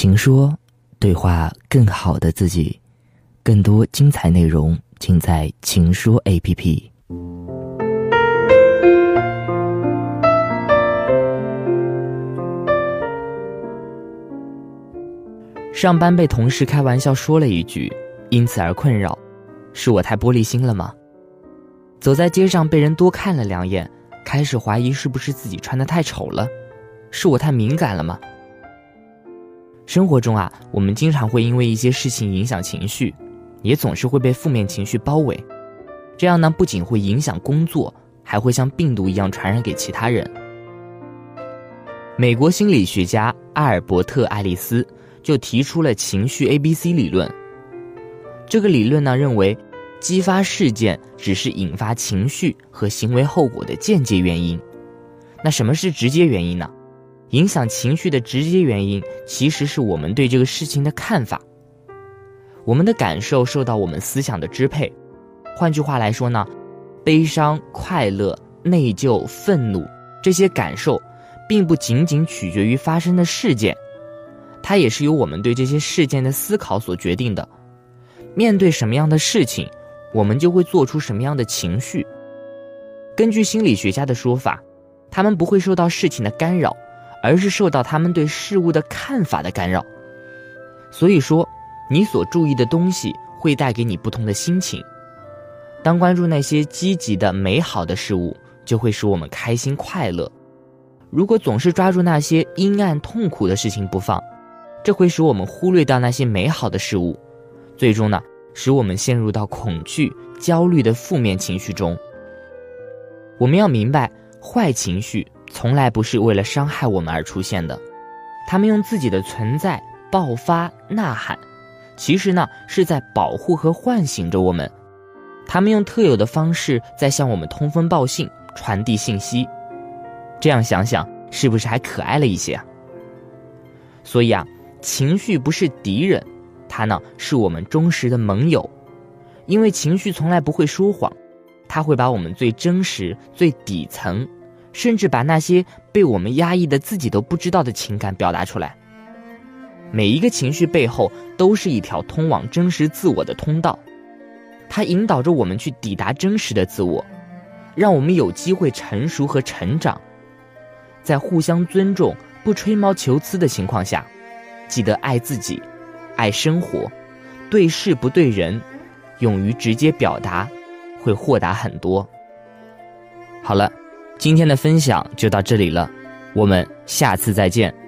情说，对话更好的自己。更多精彩内容尽在情说 APP。 上班被同事开玩笑说了一句，因此而困扰，是我太玻璃心了吗？走在街上被人多看了2眼，开始怀疑是不是自己穿得太丑了，是我太敏感了吗？生活中我们经常会因为一些事情影响情绪，也总是会被负面情绪包围。这样呢，不仅会影响工作，还会像病毒一样传染给其他人。美国心理学家阿尔伯特·爱丽丝就提出了情绪 ABC 理论。这个理论呢，认为激发事件只是引发情绪和行为后果的间接原因。那什么是直接原因呢？影响情绪的直接原因其实是我们对这个事情的看法。我们的感受受到我们思想的支配。换句话来说呢，悲伤、快乐、内疚、愤怒这些感受并不仅仅取决于发生的事件，它也是由我们对这些事件的思考所决定的。面对什么样的事情，我们就会做出什么样的情绪。根据心理学家的说法，他们不会受到事情的干扰，而是受到他们对事物的看法的干扰。所以说，你所注意的东西会带给你不同的心情。当关注那些积极的、美好的事物，就会使我们开心快乐。如果总是抓住那些阴暗痛苦的事情不放，这会使我们忽略掉那些美好的事物，最终呢，使我们陷入到恐惧、焦虑的负面情绪中。我们要明白，坏情绪从来不是为了伤害我们而出现的，他们用自己的存在爆发呐喊，其实呢，是在保护和唤醒着我们。他们用特有的方式在向我们通风报信，传递信息。这样想想，是不是还可爱了一些？所以情绪不是敌人，它呢，是我们忠实的盟友。因为情绪从来不会说谎，它会把我们最真实、最底层，甚至把那些被我们压抑的自己都不知道的情感表达出来。每一个情绪背后都是一条通往真实自我的通道，它引导着我们去抵达真实的自我，让我们有机会成熟和成长。在互相尊重、不吹毛求疵的情况下，记得爱自己，爱生活，对事不对人，勇于直接表达，会豁达很多。好了，今天的分享就到这里了，我们下次再见。